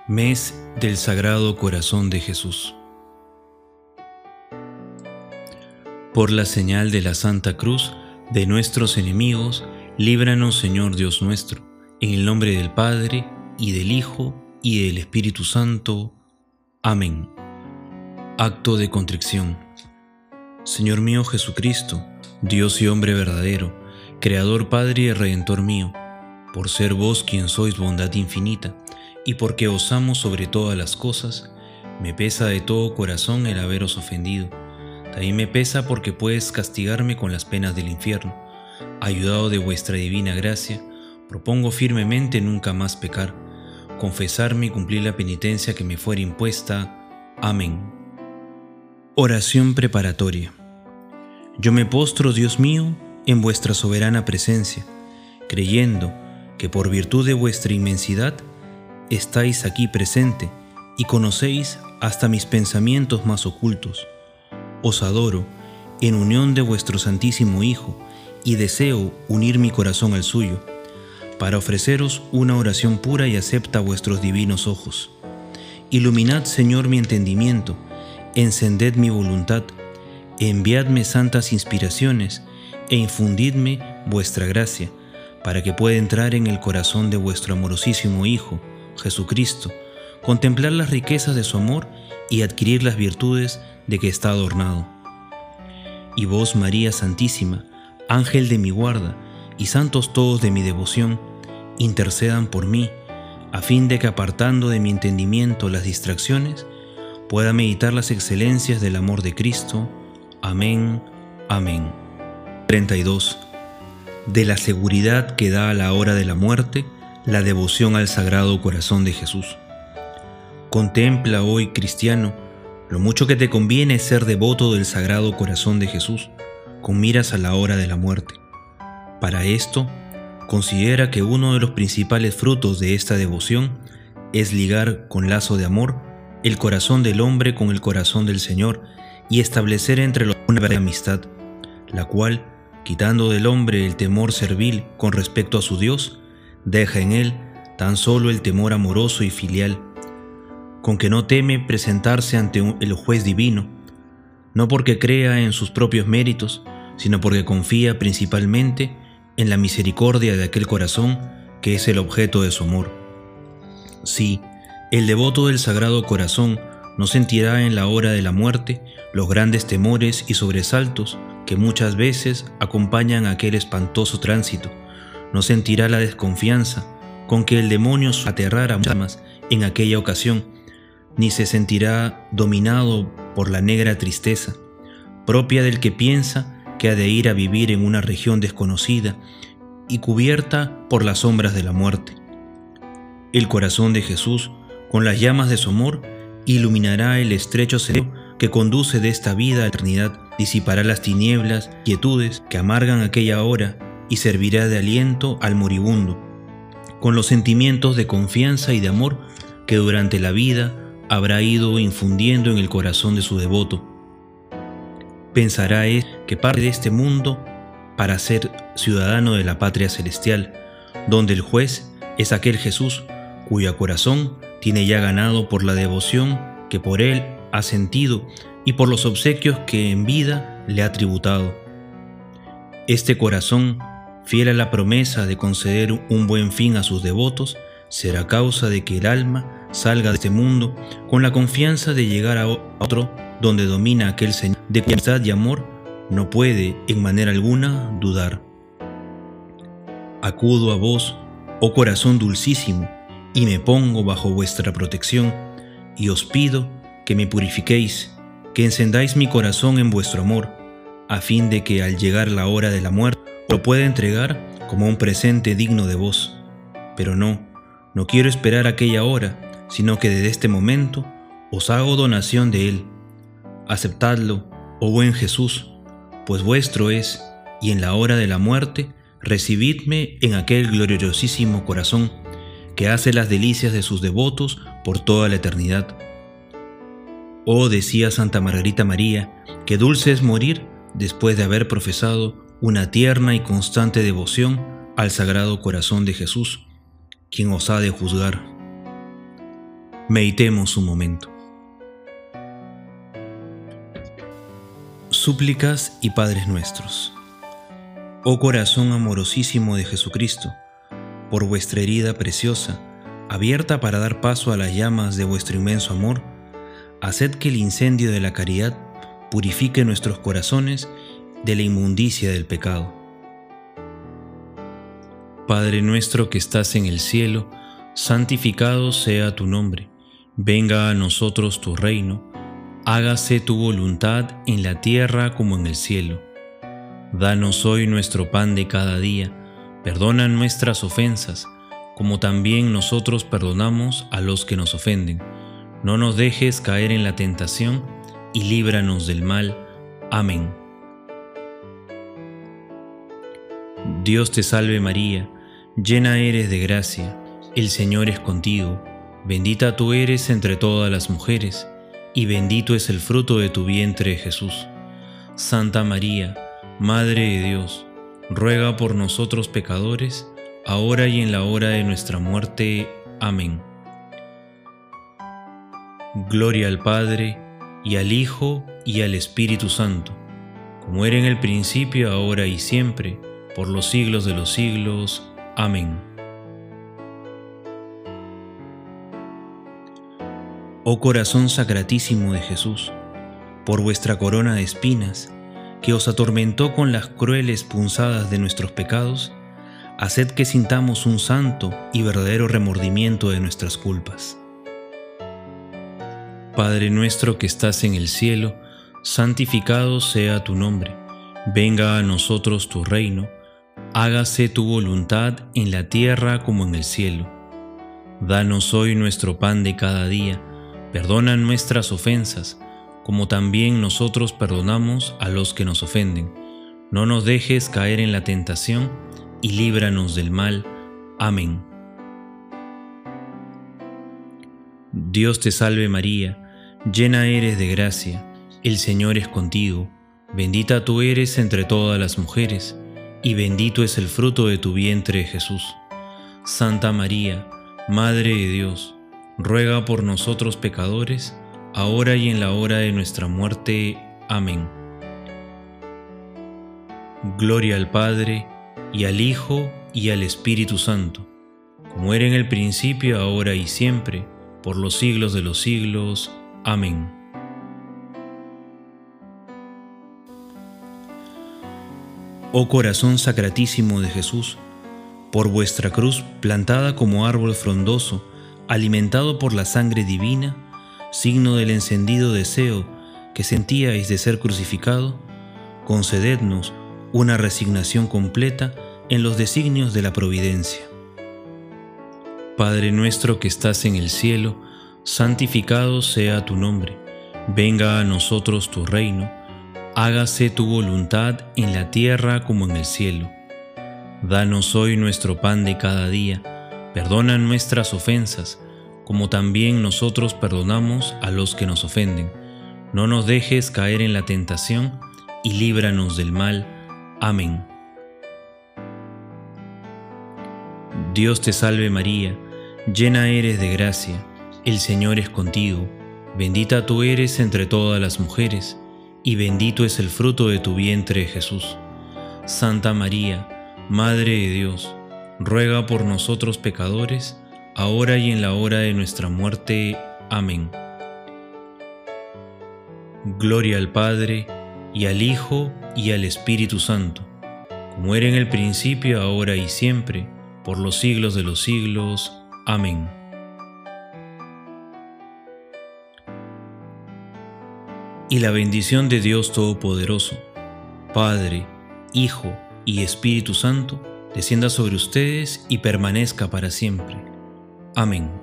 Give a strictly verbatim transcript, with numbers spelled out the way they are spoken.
Mes del Sagrado Corazón de Jesús. Por la señal de la Santa Cruz de nuestros enemigos, líbranos, Señor Dios nuestro, en el nombre del Padre, y del Hijo, y del Espíritu Santo. Amén. Acto de contrición. Señor mío Jesucristo, Dios y hombre verdadero, Creador, Padre y Redentor mío, por ser vos quien sois bondad infinita, y porque os amo sobre todas las cosas, me pesa de todo corazón el haberos ofendido. También me pesa porque puedes castigarme con las penas del infierno. Ayudado de vuestra divina gracia, propongo firmemente nunca más pecar, confesarme y cumplir la penitencia que me fuera impuesta. Amén. Oración preparatoria. Yo me postro, Dios mío, en vuestra soberana presencia, creyendo que por virtud de vuestra inmensidad estáis aquí presente y conocéis hasta mis pensamientos más ocultos. Os adoro en unión de vuestro Santísimo Hijo y deseo unir mi corazón al suyo, para ofreceros una oración pura y acepta a vuestros divinos ojos. Iluminad, Señor, mi entendimiento, encended mi voluntad, enviadme santas inspiraciones e infundidme vuestra gracia, para que pueda entrar en el corazón de vuestro amorosísimo Hijo, Jesucristo, contemplar las riquezas de su amor y adquirir las virtudes de que está adornado. Y vos, María Santísima, ángel de mi guarda, y santos todos de mi devoción, intercedan por mí, a fin de que, apartando de mi entendimiento las distracciones, pueda meditar las excelencias del amor de Cristo. Amén. Amén. treinta y dos. De la seguridad que da a la hora de la muerte la devoción al Sagrado Corazón de Jesús. Contempla hoy, cristiano, lo mucho que te conviene ser devoto del Sagrado Corazón de Jesús, con miras a la hora de la muerte. Para esto, considera que uno de los principales frutos de esta devoción es ligar con lazo de amor el corazón del hombre con el corazón del Señor y establecer entre los una verdadera amistad, la cual, quitando del hombre el temor servil con respecto a su Dios, deja en él tan solo el temor amoroso y filial, con que no teme presentarse ante el juez divino, no porque crea en sus propios méritos, sino porque confía principalmente en la misericordia de aquel corazón que es el objeto de su amor. Sí, el devoto del Sagrado Corazón no sentirá en la hora de la muerte los grandes temores y sobresaltos que muchas veces acompañan a aquel espantoso tránsito. No sentirá la desconfianza con que el demonio aterrara a muchas almas en aquella ocasión, ni se sentirá dominado por la negra tristeza, propia del que piensa que ha de ir a vivir en una región desconocida y cubierta por las sombras de la muerte. El corazón de Jesús, con las llamas de su amor, iluminará el estrecho sendero que conduce de esta vida a la eternidad, disipará las tinieblas, quietudes que amargan aquella hora y servirá de aliento al moribundo, con los sentimientos de confianza y de amor que durante la vida habrá ido infundiendo en el corazón de su devoto. Pensará es que parte de este mundo para ser ciudadano de la patria celestial, donde el juez es aquel Jesús cuyo corazón tiene ya ganado por la devoción que por él ha sentido y por los obsequios que en vida le ha tributado. Este corazón, fiel a la promesa de conceder un buen fin a sus devotos, será causa de que el alma salga de este mundo con la confianza de llegar a otro donde domina aquel Señor de cuya amistad y amor no puede en manera alguna dudar. Acudo a vos, oh corazón dulcísimo, y me pongo bajo vuestra protección, y os pido que me purifiquéis, que encendáis mi corazón en vuestro amor, a fin de que al llegar la hora de la muerte lo pueda entregar como un presente digno de vos. Pero no, no quiero esperar aquella hora, sino que desde este momento os hago donación de él. Aceptadlo, oh buen Jesús, pues vuestro es, y en la hora de la muerte recibidme en aquel gloriosísimo corazón que hace las delicias de sus devotos por toda la eternidad. Oh, decía Santa Margarita María, qué dulce es morir después de haber profesado una tierna y constante devoción al Sagrado Corazón de Jesús, quien os ha de juzgar. Meditemos un momento. Súplicas y Padres Nuestros. Oh corazón amorosísimo de Jesucristo, por vuestra herida preciosa, abierta para dar paso a las llamas de vuestro inmenso amor, haced que el incendio de la caridad purifique nuestros corazones de la inmundicia del pecado. Padre nuestro que estás en el cielo, santificado sea tu nombre. Venga a nosotros tu reino. Hágase tu voluntad en la tierra como en el cielo. Danos hoy nuestro pan de cada día. Perdona nuestras ofensas, como también nosotros perdonamos a los que nos ofenden. No nos dejes caer en la tentación y líbranos del mal. Amén. Dios te salve María, llena eres de gracia, el Señor es contigo. Bendita tú eres entre todas las mujeres, y bendito es el fruto de tu vientre, Jesús. Santa María, Madre de Dios, ruega por nosotros pecadores, ahora y en la hora de nuestra muerte. Amén. Gloria al Padre, y al Hijo, y al Espíritu Santo, como era en el principio, ahora y siempre, por los siglos de los siglos. Amén. Oh corazón sacratísimo de Jesús, por vuestra corona de espinas, que os atormentó con las crueles punzadas de nuestros pecados, haced que sintamos un santo y verdadero remordimiento de nuestras culpas. Padre nuestro que estás en el cielo, santificado sea tu nombre. Venga a nosotros tu reino. Hágase tu voluntad en la tierra como en el cielo. Danos hoy nuestro pan de cada día. Perdona nuestras ofensas, como también nosotros perdonamos a los que nos ofenden. No nos dejes caer en la tentación y líbranos del mal. Amén. Dios te salve María, llena eres de gracia, el Señor es contigo. Bendita tú eres entre todas las mujeres, y bendito es el fruto de tu vientre, Jesús. Santa María, Madre de Dios, ruega por nosotros pecadores, ahora y en la hora de nuestra muerte. Amén. Gloria al Padre, y al Hijo, y al Espíritu Santo, como era en el principio, ahora y siempre, por los siglos de los siglos. Amén. Oh corazón sacratísimo de Jesús, por vuestra cruz plantada como árbol frondoso, alimentado por la sangre divina, signo del encendido deseo que sentíais de ser crucificado, concedednos una resignación completa en los designios de la providencia. Padre nuestro que estás en el cielo, santificado sea tu nombre. Venga a nosotros tu reino. Hágase tu voluntad en la tierra como en el cielo. Danos hoy nuestro pan de cada día. Perdona nuestras ofensas, como también nosotros perdonamos a los que nos ofenden. No nos dejes caer en la tentación y líbranos del mal. Amén. Dios te salve María, llena eres de gracia, el Señor es contigo. Bendita tú eres entre todas las mujeres, y bendito es el fruto de tu vientre, Jesús. Santa María, Madre de Dios, ruega por nosotros pecadores, ahora y en la hora de nuestra muerte. Amén. Gloria al Padre, y al Hijo, y al Espíritu Santo, como era en el principio, ahora y siempre, por los siglos de los siglos. Amén. Y la bendición de Dios Todopoderoso, Padre, Hijo y Espíritu Santo, descienda sobre ustedes y permanezca para siempre. Amén.